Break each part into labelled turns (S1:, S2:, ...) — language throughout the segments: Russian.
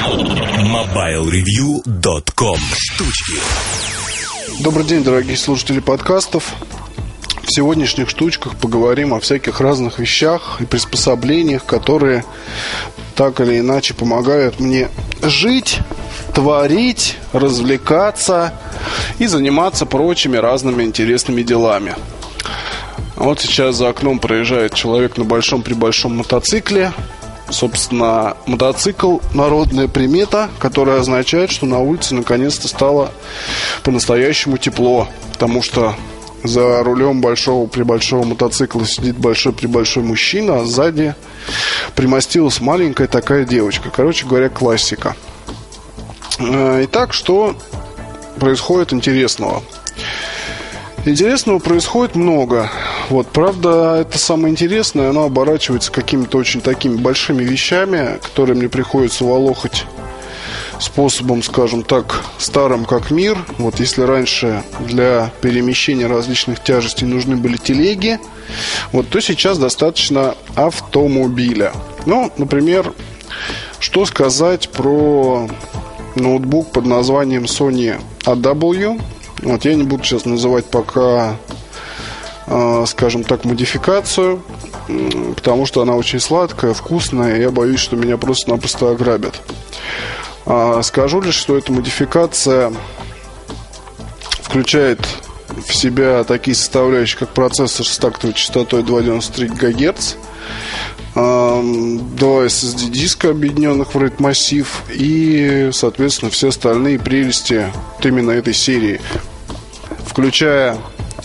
S1: MobileReview.com. Штучки.
S2: Добрый день, дорогие слушатели подкастов. В сегодняшних штучках поговорим о всяких разных вещах и приспособлениях, которые так или иначе помогают мне жить, творить, развлекаться и заниматься прочими разными интересными делами. Вот сейчас за окном проезжает человек на большом-пребольшом мотоцикле. Собственно, мотоцикл – народная примета, которая означает, что на улице наконец-то стало по-настоящему тепло. Потому что за рулем большого-пребольшого мотоцикла сидит большой-пребольшой мужчина, а сзади примостилась маленькая такая девочка. Короче говоря, классика. Итак, что происходит интересного? Интересного происходит много. Правда, это самое интересное, оно оборачивается какими-то очень такими большими вещами, которые мне приходится волохать способом, скажем так, старым как мир. Если раньше для перемещения различных тяжестей нужны были телеги, то сейчас достаточно автомобиля. Например, что сказать про ноутбук под названием Sony AW. Я не буду сейчас называть пока, скажем так, модификацию, потому что она очень сладкая, вкусная, и я боюсь, что меня просто-напросто ограбят. Скажу лишь, что эта модификация включает в себя такие составляющие, как процессор с тактовой частотой 2,93 ГГц, 2 SSD диска, объединенных в RAID массив, и, соответственно, все остальные прелести именно этой серии, включая,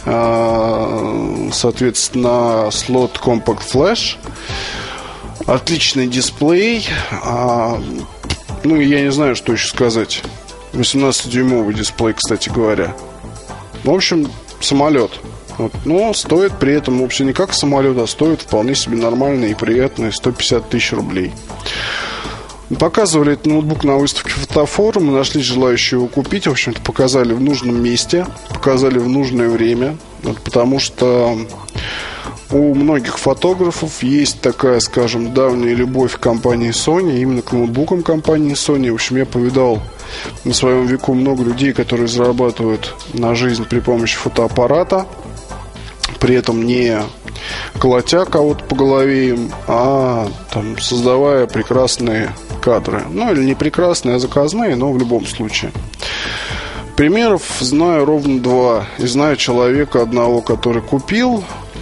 S2: соответственно, слот Compact Flash, отличный дисплей, я не знаю, что еще сказать. 18-дюймовый дисплей, кстати говоря. В общем, самолет. Но стоит при этом вообще не как самолет, а стоит вполне себе нормальные и приятные 150 тысяч рублей. Показывали этот ноутбук на выставке Фотофорума, нашли желающие его купить. В общем-то, показали в нужном месте, показали в нужное время. Потому что у многих фотографов есть такая, скажем, давняя любовь к компании Sony, именно к ноутбукам компании Sony. В общем, я повидал на своем веку много людей, которые зарабатывают на жизнь при помощи фотоаппарата, при этом не колотя кого-то по голове им, а создавая прекрасные кадры. Или не прекрасные, а заказные, но в любом случае. Примеров знаю ровно два. И знаю человека одного, который купил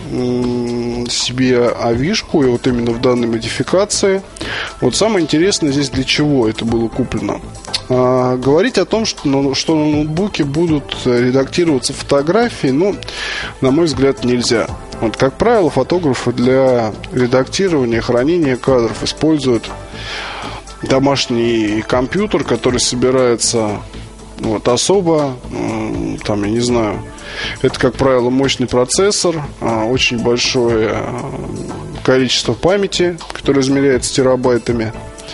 S2: себе авишку, и именно в данной модификации. Самое интересное здесь, для чего это было куплено. Говорить о том, что на ноутбуке будут редактироваться фотографии, на мой взгляд, нельзя. Как правило, фотографы для редактирования, хранения кадров используют домашний компьютер, который собирается особо, я не знаю. Это, как правило, мощный процессор, очень большое количество памяти, которое измеряется терабайтами.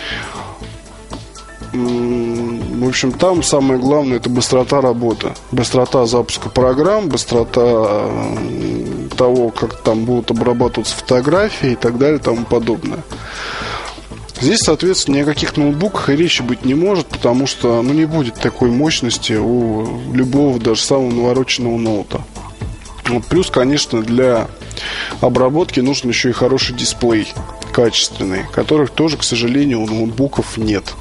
S2: В общем, там самое главное — это быстрота работы, быстрота запуска программ, быстрота того, как там будут обрабатываться фотографии и так далее и тому подобное. Здесь, соответственно, ни о каких ноутбуках и речи быть не может, потому что не будет такой мощности у любого, даже самого навороченного ноута. Плюс, конечно, для обработки нужен еще и хороший дисплей, качественный, которых тоже, к сожалению, у ноутбуков нет.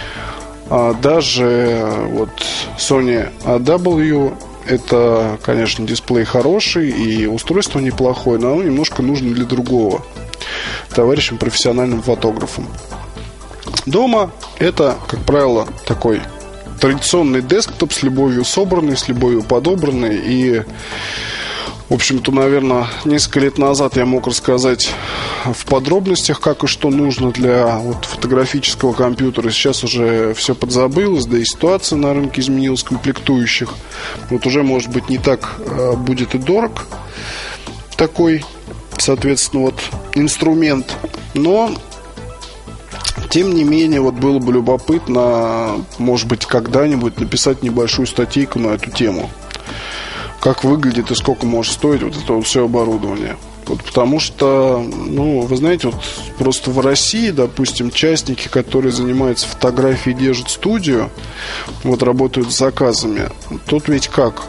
S2: Даже Sony AW — это, конечно, дисплей хороший и устройство неплохое, но оно немножко нужно для другого, товарищам профессиональным фотографам. Дома это, как правило, такой традиционный десктоп, с любовью собранный, с любовью подобранный. И, в общем-то, наверное, несколько лет назад я мог рассказать в подробностях, как и что нужно для фотографического компьютера. Сейчас уже все подзабылось, да и ситуация на рынке изменилась, комплектующих. Уже, может быть, не так будет и дорог такой, соответственно, инструмент. Но, тем не менее, было бы любопытно, может быть, когда-нибудь написать небольшую статейку на эту тему. Как выглядит и сколько может стоить это все оборудование. Вот потому что, вы знаете, вот просто в России, допустим, частники, которые занимаются фотографией, держат студию, вот работают с заказами. Тут ведь как?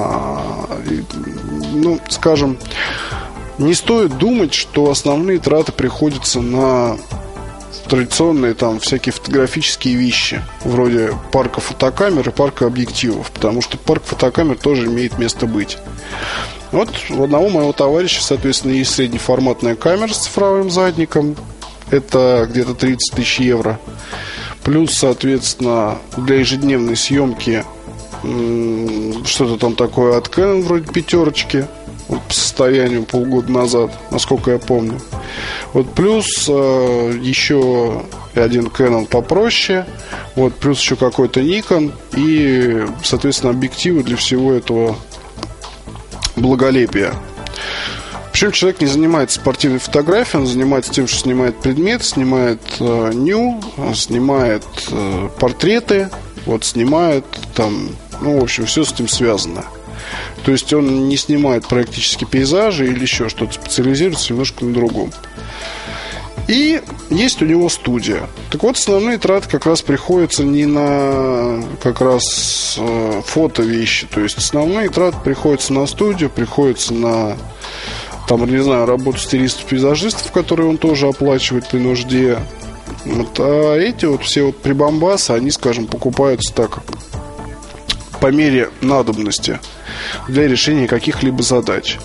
S2: Скажем, не стоит думать, что основные траты приходятся на традиционные там всякие фотографические вещи, вроде парка фотокамер и парка объективов, потому что парк фотокамер тоже имеет место быть. Вот у одного моего товарища, соответственно, есть среднеформатная камера с цифровым задником. Это где-то 30 тысяч евро. Плюс, соответственно, для ежедневной съемки что-то там такое от Canon, вроде пятерочки, вот по состоянию полгода назад, насколько я помню. Вот плюс еще один Canon попроще, вот плюс еще какой-то Nikon и, соответственно, объективы для всего этого благолепия. Причем человек не занимается спортивной фотографией, он занимается тем, что снимает предмет, снимает ню, снимает портреты, вот снимает там, в общем, все с этим связано. То есть он не снимает практически пейзажи или еще что-то, специализируется немножко на другом. И есть у него студия. Так вот, основные траты как раз приходятся не на как раз фото вещи. То есть основные траты приходятся на студию, приходятся на работу стилистов-пейзажистов, которые он тоже оплачивает при нужде. Вот, а эти вот все вот прибамбасы, они, скажем, покупаются так по мере надобности для решения каких-либо задач.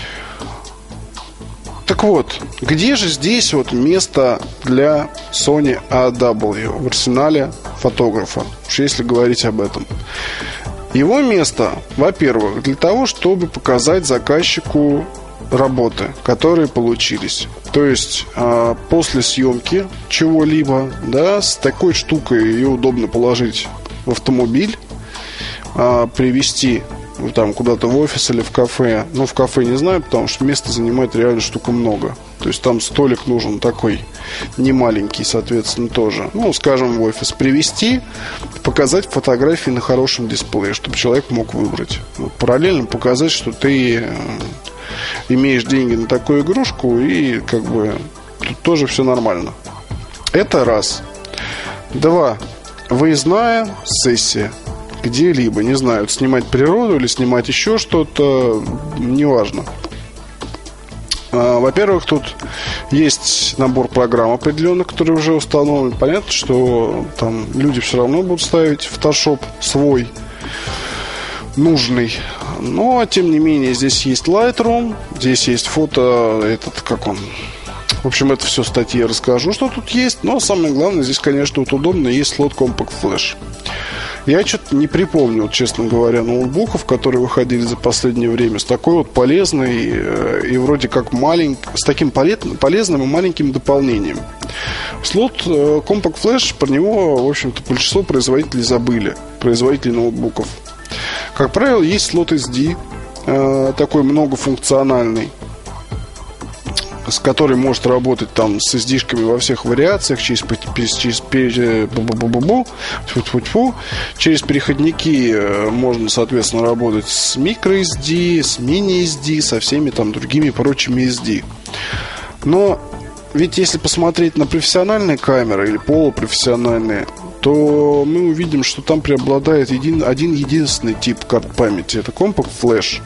S2: Так вот, где же здесь вот место для Sony AW в арсенале фотографа, уж если говорить об этом? Его место, во-первых, для того, чтобы показать заказчику работы, которые получились. То есть после съемки чего-либо, с такой штукой ее удобно положить в автомобиль, привезти там куда-то в офис или в кафе. В кафе не знаю, потому что места занимает реально штука много. То есть там столик нужен такой немаленький, соответственно, тоже. Скажем, в офис привезти, показать фотографии на хорошем дисплее, чтобы человек мог выбрать. Параллельно показать, что ты имеешь деньги на такую игрушку, и как бы тут тоже все нормально. Это раз. Два. Выездная сессия где-либо, не знаю, снимать природу или снимать еще что-то, неважно. Во-первых, тут есть набор программ определенных, которые уже установлены. Понятно, что там люди все равно будут ставить Photoshop свой, нужный. Но, тем не менее, здесь есть Lightroom, здесь есть фото, в общем, это все в статье расскажу, что тут есть. Но самое главное, здесь, конечно, вот удобно, есть слот Compact Flash. Я что-то не припомню, честно говоря, ноутбуков, которые выходили за последнее время с такой вот полезной и вроде как с таким полезным и маленьким дополнением. Слот Compact Flash, про него, в общем-то, большинство производителей забыли, производителей ноутбуков. Как правило, есть слот SD, такой многофункциональный, с которой может работать там с SD-шками во всех вариациях, через переходники можно, соответственно, работать с microSD, с mini-SD, со всеми там другими прочими SD. Но ведь если посмотреть на профессиональные камеры или полупрофессиональные, то мы увидим, что там преобладает один единственный тип карт памяти. Это Compact Flash.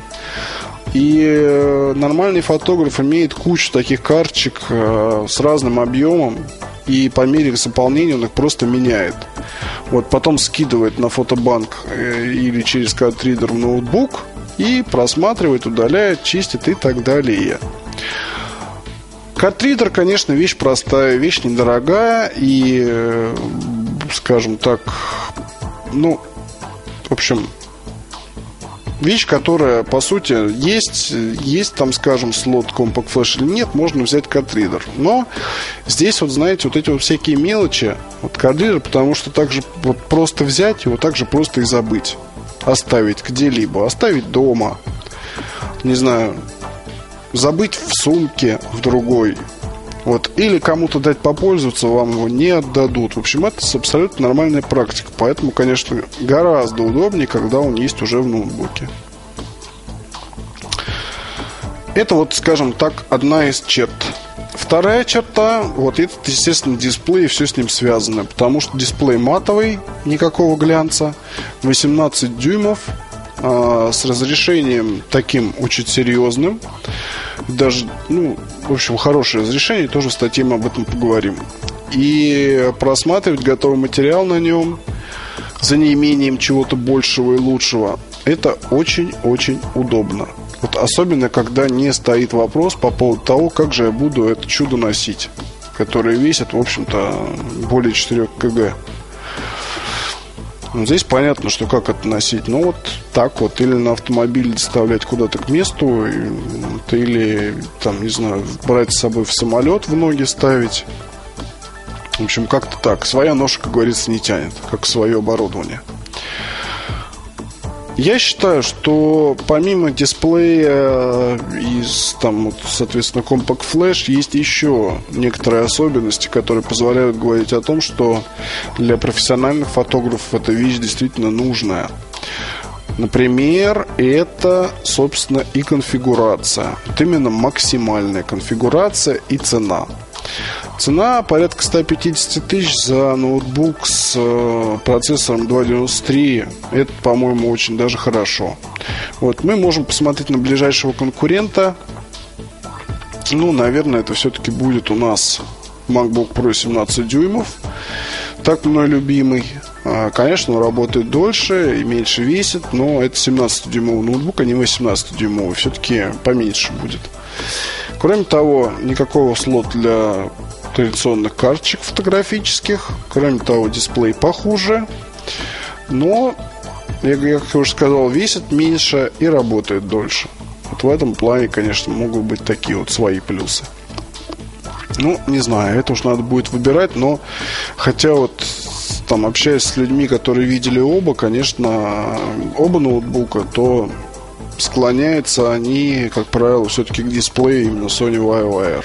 S2: И нормальный фотограф имеет кучу таких карточек с разным объемом, и по мере их заполнения он их просто меняет. Вот потом скидывает на фотобанк или через картридер в ноутбук и просматривает, удаляет, чистит и так далее. Картридер, конечно, вещь простая, вещь недорогая и, скажем так, в общем, вещь, которая, по сути, есть там, скажем, слот Compact Flash или нет, можно взять картридер. Но здесь, вот знаете, вот эти вот всякие мелочи, вот картридер, потому что так же вот просто взять его, так же просто и забыть. Оставить где-либо, оставить дома, не знаю, забыть в сумке в другой. Вот. Или кому-то дать попользоваться, вам его не отдадут. В общем, это абсолютно нормальная практика. Поэтому, конечно, гораздо удобнее, когда он есть уже в ноутбуке. Это вот, скажем так, одна из черт. Вторая черта, вот этот, естественно, дисплей и все с ним связано. Потому что дисплей матовый, никакого глянца, 18 дюймов, с разрешением таким очень серьезным. Даже, в общем, хорошее разрешение, тоже в статье мы об этом поговорим. И просматривать готовый материал на нем за неимением чего-то большего и лучшего, это очень-очень удобно. Вот особенно, когда не стоит вопрос по поводу того, как же я буду это чудо носить, которое весит, в общем-то, более 4 кг. Здесь понятно, что как это носить. Вот так вот. Или на автомобиле доставлять куда-то к месту, или, там, не знаю, брать с собой в самолет, в ноги ставить. В общем, как-то так. Своя ноша, как говорится, не тянет, как свое оборудование. Я считаю, что помимо дисплея и, соответственно, Compact Flash, есть еще некоторые особенности, которые позволяют говорить о том, что для профессиональных фотографов эта вещь действительно нужная. Например, это, собственно, и конфигурация. Вот именно максимальная конфигурация и цена. Цена порядка 150 тысяч за ноутбук с процессором 293. Это, по-моему, очень даже хорошо. Вот, мы можем посмотреть на ближайшего конкурента. Наверное, это все-таки будет у нас MacBook Pro 17 дюймов. Так мной любимый. Конечно, он работает дольше и меньше весит, но это 17-дюймовый ноутбук, а не 18-дюймовый. Все-таки поменьше будет. Кроме того, никакого слота для традиционных карточек фотографических. Кроме того, дисплей похуже. Но, как я уже сказал, весит меньше и работает дольше. Вот в этом плане, конечно, могут быть такие вот свои плюсы. Не знаю, это уж надо будет выбирать. Но, хотя вот там, общаясь с людьми, которые видели оба, конечно, оба ноутбука, то склоняются они, как правило, все-таки к дисплею именно Sony VaiWire.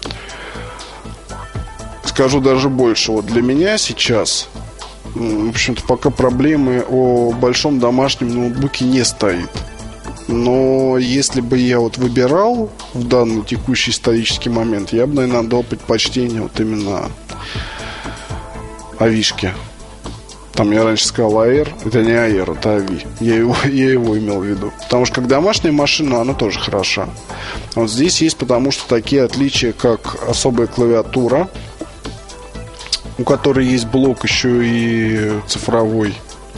S2: Скажу даже больше. Вот для меня сейчас, в общем-то, пока проблемы о большом домашнем ноутбуке не стоит. Но если бы я вот выбирал в данный текущий исторический момент, я бы, наверное, отдал предпочтение вот именно Авишке. Там я раньше сказал Air. Это не Air, это Avi. Я его имел в виду. Потому что как домашняя машина, она тоже хороша. Вот здесь есть потому что такие отличия, как особая клавиатура, у которой есть блок еще и цифровой.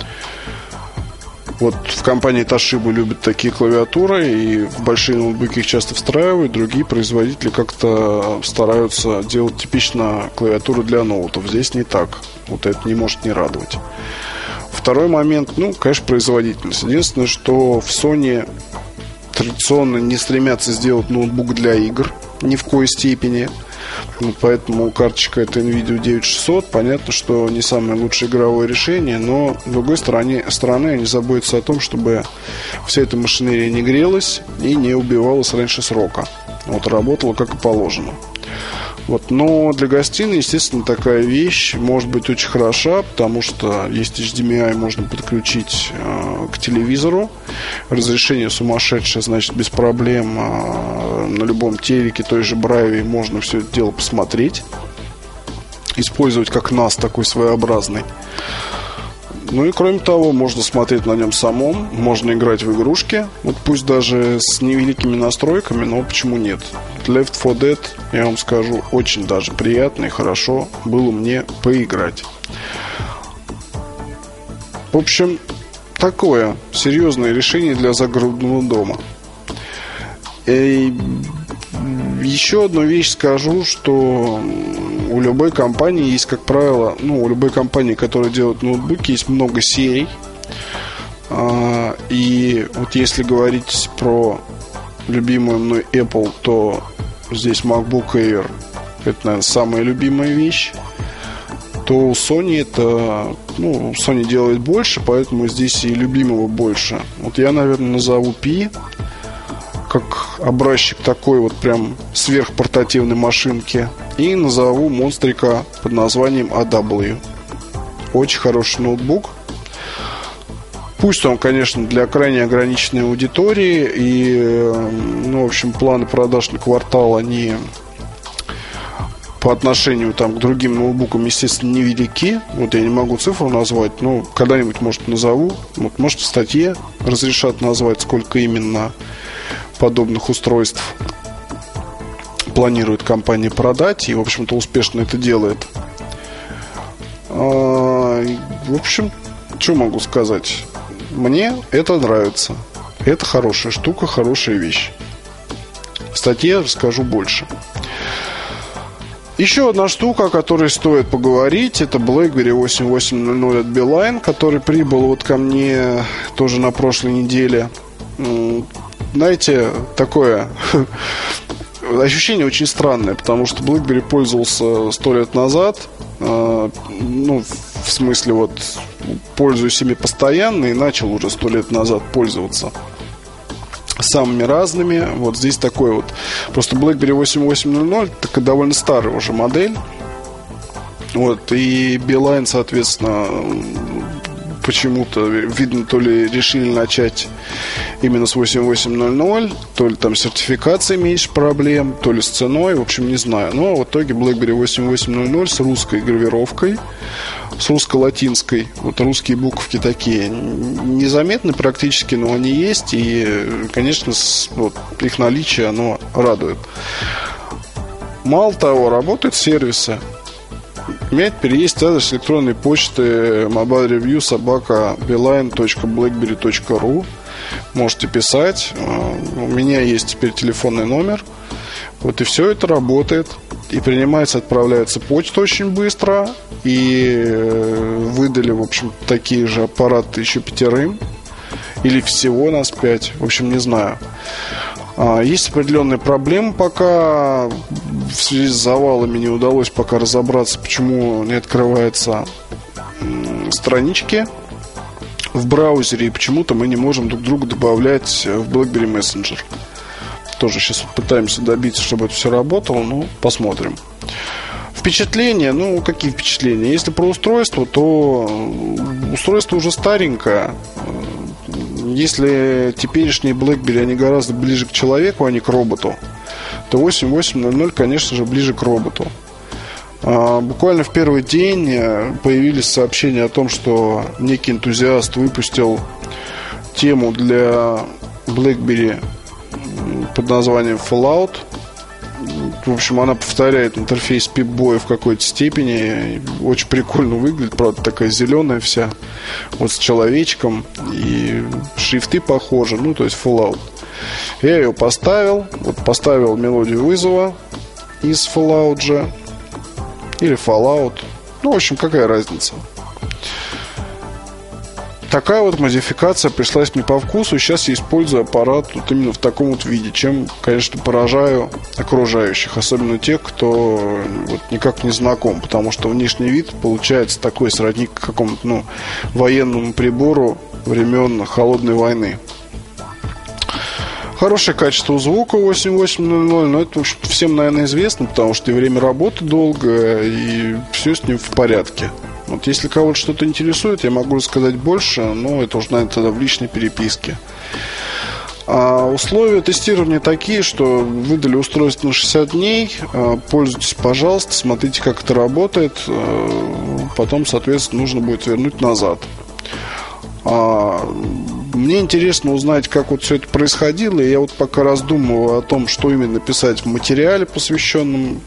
S2: Вот в компании Toshiba любят такие клавиатуры, и в большие ноутбуки их часто встраивают. Другие производители как-то стараются делать типично клавиатуру для ноутов. Здесь не так. Вот это не может не радовать. Второй момент, конечно, производительность. Единственное, что в Sony традиционно не стремятся сделать ноутбук для игр ни в коей степени. Поэтому карточка это NVIDIA 9600. Понятно, что не самое лучшее игровое решение, но с другой стороны они заботятся о том, чтобы вся эта машинерия не грелась и не убивалась раньше срока. Вот работала как и положено. Но для гостиной, естественно, такая вещь может быть очень хороша, потому что есть HDMI, можно подключить к телевизору. Разрешение сумасшедшее, значит, без проблем на любом телеке, той же Браве можно все это дело посмотреть. Использовать как NAS такой своеобразный. И кроме того, можно смотреть на нем самом, можно играть в игрушки, вот пусть даже с невеликими настройками, но почему нет? Left 4 Dead, я вам скажу, очень даже приятно и хорошо было мне поиграть. В общем, такое серьезное решение для загородного дома. И еще одну вещь скажу, что у любой компании есть, как правило, у любой компании, которая делает ноутбуки, есть много серий. И вот если говорить про любимую мной Apple, то здесь MacBook Air это, наверное, самая любимая вещь. То у Sony это, Sony делает больше, поэтому здесь и любимого больше. Вот я, наверное, назову Pi как образчик такой вот прям сверхпортативной машинки. И назову монстрика под названием AW. Очень хороший ноутбук. Пусть он, конечно, для крайне ограниченной аудитории, и, в общем, планы продаж на квартал, они по отношению там, к другим ноутбукам, естественно, невелики. Вот я не могу цифру назвать, но когда-нибудь, может, назову. Вот, может, в статье разрешат назвать, сколько именно подобных устройств планирует компания продать. И, в общем-то, успешно это делает. В общем, что могу сказать? Мне это нравится. Это хорошая штука, хорошая вещь. В статье я расскажу больше. Еще одна штука, о которой стоит поговорить, это BlackBerry 8800 от Beeline, который прибыл вот ко мне тоже на прошлой неделе. Знаете, такое ощущение очень странное, потому что BlackBerry пользовался 100 лет назад. В смысле, вот пользуюсь ими постоянно и начал уже 100 лет назад пользоваться самыми разными. Вот здесь такой вот. Просто BlackBerry 8800 такая довольно старая уже модель. Вот, и Beeline, соответственно, почему-то, видно, то ли решили начать именно с 8800, то ли там с сертификацией меньше проблем, то ли с ценой, в общем, не знаю. Но в итоге BlackBerry 8800 с русской гравировкой, с русско-латинской. Вот русские буковки такие незаметны практически, но они есть. И, конечно, их наличие, оно радует. Мало того, работают сервисы. У меня теперь есть адрес электронной почты mobilereview@beeline.blackberry.ru. Можете писать. У меня есть теперь телефонный номер. Вот и все это работает. И принимается, отправляется почта очень быстро. И выдали, в общем, такие же аппараты еще 5. Или всего нас 5. В общем, не знаю. Есть определенные проблемы пока. В связи с завалами не удалось пока разобраться, почему не открываются странички в браузере, и почему-то мы не можем друг друга добавлять в BlackBerry Messenger. Тоже сейчас пытаемся добиться, чтобы это все работало, но посмотрим. Впечатления, какие впечатления? Если про устройство, то устройство уже старенькое. Если теперешние BlackBerry, они гораздо ближе к человеку, а не к роботу, то 8800, конечно же, ближе к роботу. Буквально в первый день появились сообщения о том, что некий энтузиаст выпустил тему для BlackBerry под названием Fallout. В общем, она повторяет интерфейс Pip-Boy в какой-то степени. Очень прикольно выглядит, правда, такая зеленая вся, вот с человечком, и шрифты похожи, то есть Fallout. Я ее поставил, поставил мелодию вызова из Fallout же, или Fallout, в общем, какая разница. Такая вот модификация пришлась мне по вкусу. Сейчас я использую аппарат вот именно в таком вот виде, чем, конечно, поражаю окружающих, особенно тех, кто никак не знаком, потому что внешний вид получается такой сродни к какому-то военному прибору времен Холодной войны. Хорошее качество звука 8800, но это, в общем, всем, наверное, известно, потому что и время работы долгое, и все с ним в порядке. Вот если кого-то что-то интересует, я могу рассказать больше, но это уже, наверное, тогда в личной переписке. Условия тестирования такие, что выдали устройство на 60 дней. Пользуйтесь, пожалуйста, смотрите, как это работает. Потом, соответственно, нужно будет вернуть назад. Мне интересно узнать, как вот все это происходило. И я вот пока раздумываю о том, что именно писать в материале, посвященному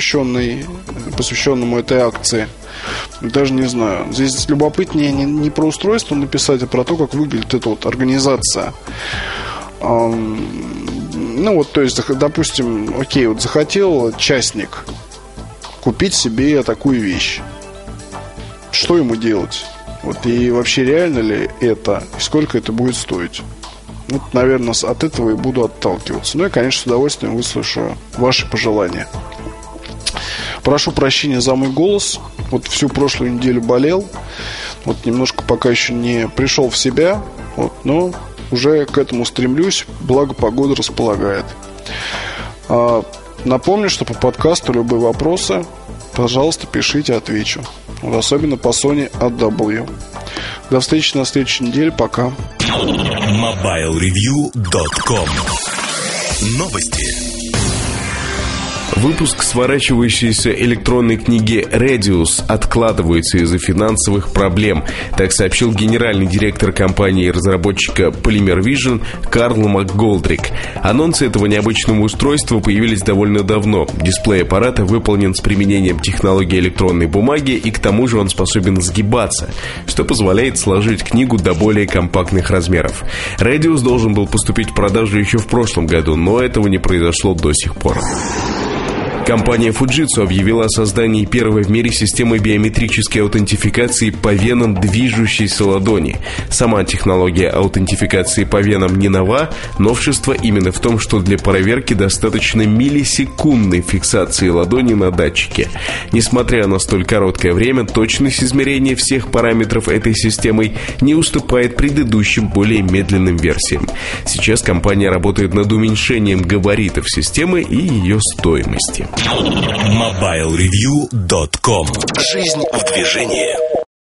S2: этой акции. Даже не знаю. Здесь любопытнее не про устройство написать, а про то, как выглядит эта вот организация. То есть, допустим, захотел частник купить себе такую вещь. Что ему делать? И вообще реально ли это? И сколько это будет стоить? Наверное, от этого и буду отталкиваться. И, конечно, с удовольствием выслушаю ваши пожелания. Прошу прощения за мой голос. Всю прошлую неделю болел. Немножко пока еще не пришел в себя. Но уже к этому стремлюсь. Благо погода располагает. Напомню, что по подкасту любые вопросы, пожалуйста, пишите, отвечу. Особенно по Sony AW. До встречи на следующей неделе. Пока.
S1: MobileReview.com. Новости.
S3: Выпуск сворачивающейся электронной книги Radius откладывается из-за финансовых проблем. Так сообщил генеральный директор компании и разработчика Polymer Vision Карл МакГолдрик. Анонсы этого необычного устройства появились довольно давно. Дисплей аппарата выполнен с применением технологии электронной бумаги, и к тому же он способен сгибаться, что позволяет сложить книгу до более компактных размеров. Radius должен был поступить в продажу еще в прошлом году, но этого не произошло до сих пор. Компания Fujitsu объявила о создании первой в мире системы биометрической аутентификации по венам движущейся ладони. Сама технология аутентификации по венам не нова. Новшество именно в том, что для проверки достаточно миллисекундной фиксации ладони на датчике. Несмотря на столь короткое время, точность измерения всех параметров этой системой не уступает предыдущим, более медленным версиям. Сейчас компания работает над уменьшением габаритов системы и ее стоимости.
S1: MobileReview.com. Жизнь в движении.